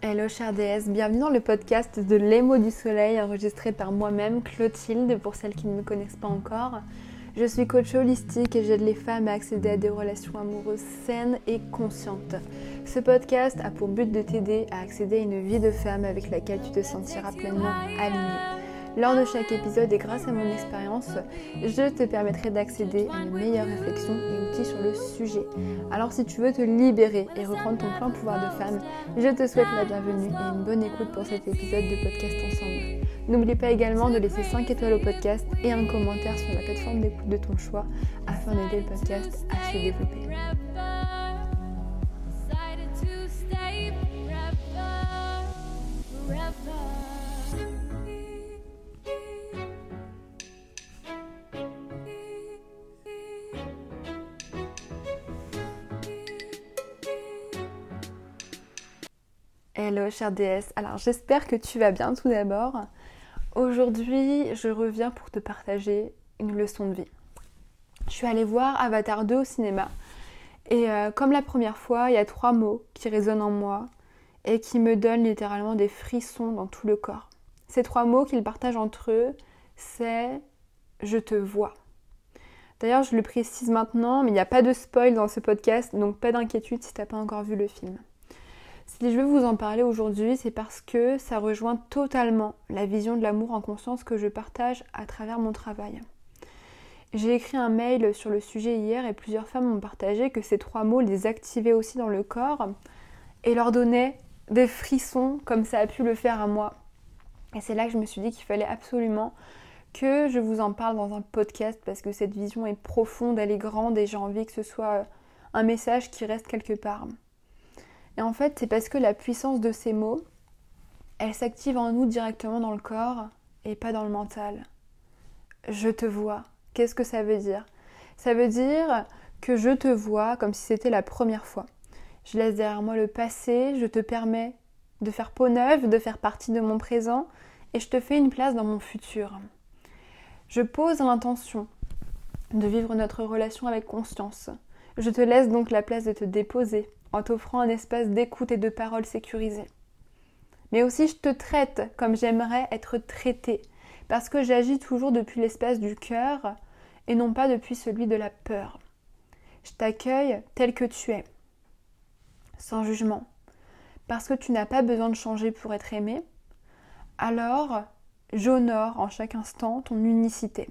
Hello chère déesse, bienvenue dans le podcast de Les mots du soleil enregistré par moi-même, Clotilde, pour celles qui ne me connaissent pas encore. Je suis coach holistique et j'aide les femmes à accéder à des relations amoureuses saines et conscientes. Ce podcast a pour but de t'aider à accéder à une vie de femme avec laquelle tu te sentiras pleinement alignée. Lors de chaque épisode et grâce à mon expérience, je te permettrai d'accéder à mes meilleures réflexions et outils sur le sujet. Alors si tu veux te libérer et reprendre ton plein pouvoir de femme, je te souhaite la bienvenue et une bonne écoute pour cet épisode de podcast ensemble. N'oublie pas également de laisser 5 étoiles au podcast et un commentaire sur la plateforme d'écoute de ton choix afin d'aider le podcast à se développer. Hello chère déesse, alors j'espère que tu vas bien tout d'abord. Aujourd'hui je reviens pour te partager une leçon de vie. Je suis allée voir Avatar 2 au cinéma et comme la première fois, il y a 3 mots qui résonnent en moi et qui me donnent littéralement des frissons dans tout le corps. Ces 3 mots qu'ils partagent entre eux, c'est « je te vois ». D'ailleurs je le précise maintenant, mais il n'y a pas de spoil dans ce podcast, donc pas d'inquiétude si tu n'as pas encore vu le film. Si je veux vous en parler aujourd'hui, c'est parce que ça rejoint totalement la vision de l'amour en conscience que je partage à travers mon travail. J'ai écrit un mail sur le sujet hier et plusieurs femmes m'ont partagé que ces 3 mots les activaient aussi dans le corps et leur donnaient des frissons comme ça a pu le faire à moi. Et c'est là que je me suis dit qu'il fallait absolument que je vous en parle dans un podcast parce que cette vision est profonde, elle est grande et j'ai envie que ce soit un message qui reste quelque part. Et en fait, c'est parce que la puissance de ces mots, elle s'active en nous directement dans le corps et pas dans le mental. Je te vois. Qu'est-ce que ça veut dire ? Ça veut dire que je te vois comme si c'était la première fois. Je laisse derrière moi le passé, je te permets de faire peau neuve, de faire partie de mon présent et je te fais une place dans mon futur. Je pose l'intention de vivre notre relation avec conscience. Je te laisse donc la place de te déposer en t'offrant un espace d'écoute et de parole sécurisé. Mais aussi je te traite comme j'aimerais être traitée, parce que j'agis toujours depuis l'espace du cœur et non pas depuis celui de la peur. Je t'accueille tel que tu es, sans jugement, parce que tu n'as pas besoin de changer pour être aimé, alors j'honore en chaque instant ton unicité.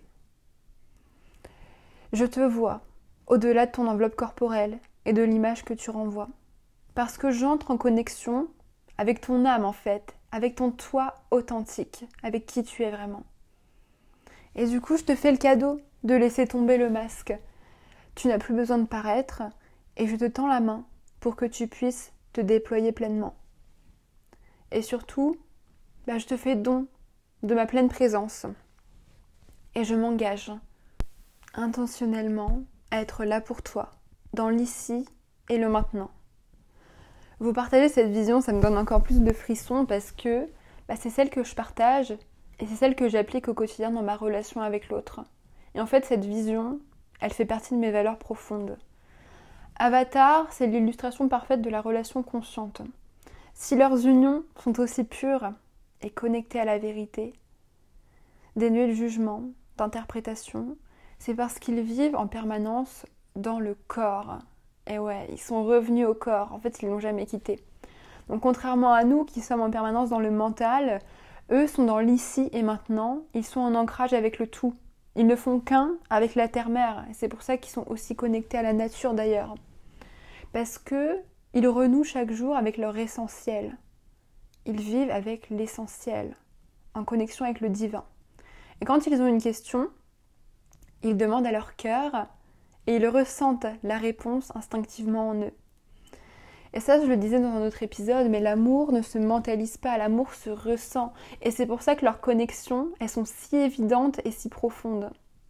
Je te vois, au-delà de ton enveloppe corporelle, et de l'image que tu renvoies. Parce que j'entre en connexion avec ton âme en fait, avec ton toi authentique, avec qui tu es vraiment. Et du coup, je te fais le cadeau de laisser tomber le masque. Tu n'as plus besoin de paraître et je te tends la main pour que tu puisses te déployer pleinement. Et surtout, je te fais don de ma pleine présence. Et je m'engage intentionnellement à être là pour toi, dans l'ici et le maintenant. Vous partagez cette vision, ça me donne encore plus de frissons parce que c'est celle que je partage et c'est celle que j'applique au quotidien dans ma relation avec l'autre. Et en fait, cette vision, elle fait partie de mes valeurs profondes. Avatar, c'est l'illustration parfaite de la relation consciente. Si leurs unions sont aussi pures et connectées à la vérité, dénuées de jugement, d'interprétation, c'est parce qu'ils vivent en permanence dans le corps. Et ouais, ils sont revenus au corps. En fait, ils ne l'ont jamais quitté. Donc, contrairement à nous qui sommes en permanence dans le mental, eux sont dans l'ici et maintenant. Ils sont en ancrage avec le tout. Ils ne font qu'un avec la terre-mère. Et c'est pour ça qu'ils sont aussi connectés à la nature d'ailleurs. Parce qu'ils renouent chaque jour avec leur essentiel. Ils vivent avec l'essentiel, en connexion avec le divin. Et quand ils ont une question, ils demandent à leur cœur et ils ressentent la réponse instinctivement en eux. Et ça, je le disais dans un autre épisode, mais l'amour ne se mentalise pas, l'amour se ressent. Et c'est pour ça que leurs connexions, elles sont si évidentes et si profondes.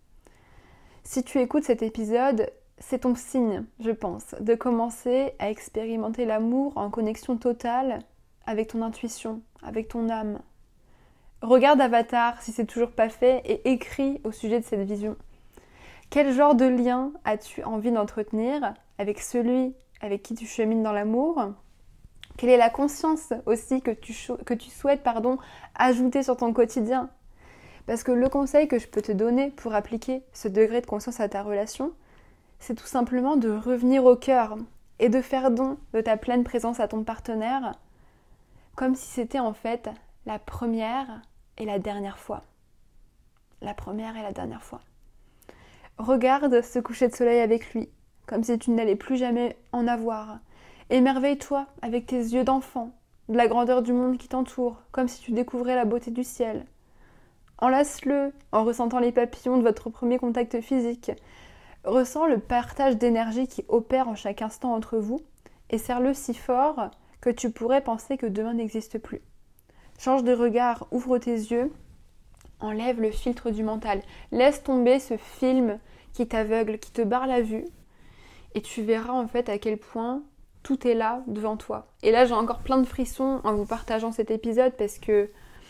Si tu écoutes cet épisode, c'est ton signe, je pense, de commencer à expérimenter l'amour en connexion totale avec ton intuition, avec ton âme. Regarde Avatar si c'est toujours pas fait et écris au sujet de cette vision. Quel genre de lien as-tu envie d'entretenir avec celui avec qui tu chemines dans l'amour Quelle est la conscience aussi que tu souhaites ajouter sur ton quotidien? Parce que le conseil que je peux te donner pour appliquer ce degré de conscience à ta relation, c'est tout simplement de revenir au cœur et de faire don de ta pleine présence à ton partenaire, comme si c'était en fait la première et la dernière fois. La première et la dernière fois. Regarde ce coucher de soleil avec lui, comme si tu n'allais plus jamais en avoir. Émerveille-toi avec tes yeux d'enfant, de la grandeur du monde qui t'entoure, comme si tu découvrais la beauté du ciel. Enlace-le en ressentant les papillons de votre premier contact physique. Ressens le partage d'énergie qui opère en chaque instant entre vous et serre-le si fort que tu pourrais penser que demain n'existe plus. Change de regard, ouvre tes yeux, enlève le filtre du mental. Laisse tomber ce film qui t'aveugle, qui te barre la vue et tu verras en fait à quel point tout est là devant toi. Et là, j'ai encore plein de frissons en vous partageant cet épisode parce que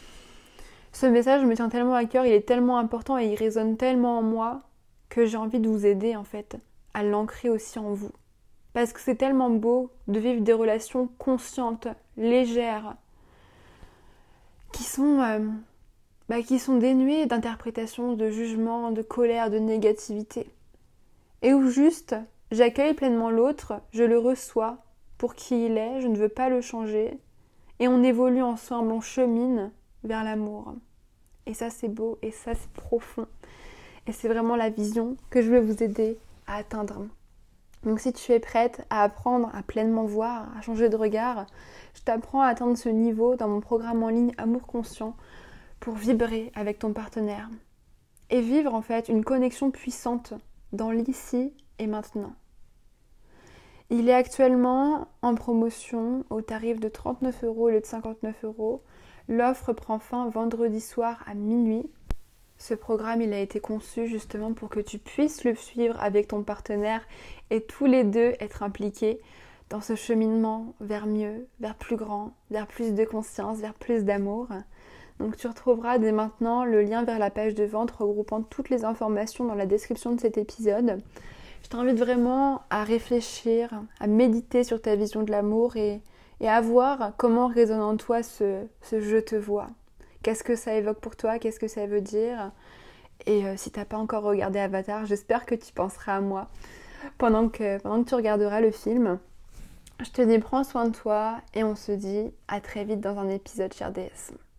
ce message me tient tellement à cœur, il est tellement important et il résonne tellement en moi que j'ai envie de vous aider en fait à l'ancrer aussi en vous. Parce que c'est tellement beau de vivre des relations conscientes, légères, qui sont dénuées d'interprétation, de jugement, de colère, de négativité. Et où juste, j'accueille pleinement l'autre, je le reçois pour qui il est, je ne veux pas le changer. Et on évolue ensemble, on chemine vers l'amour. Et ça c'est beau, et ça c'est profond. Et c'est vraiment la vision que je veux vous aider à atteindre. Donc si tu es prête à apprendre à pleinement voir, à changer de regard, je t'apprends à atteindre ce niveau dans mon programme en ligne Amour Conscient pour vibrer avec ton partenaire. Et vivre en fait une connexion puissante dans l'ici et maintenant. Il est actuellement en promotion au tarif de 39 € au lieu de 59 €. L'offre prend fin vendredi soir à minuit. Ce programme, il a été conçu justement pour que tu puisses le suivre avec ton partenaire et tous les deux être impliqués dans ce cheminement vers mieux, vers plus grand, vers plus de conscience, vers plus d'amour. Donc tu retrouveras dès maintenant le lien vers la page de vente regroupant toutes les informations dans la description de cet épisode. Je t'invite vraiment à réfléchir, à méditer sur ta vision de l'amour et à voir comment résonne en toi ce je te vois. Qu'est-ce que ça évoque pour toi? Qu'est-ce que ça veut dire? Et si t'as pas encore regardé Avatar, j'espère que tu penseras à moi pendant que tu regarderas le film. Je te dis prends soin de toi et on se dit à très vite dans un épisode Chère DS.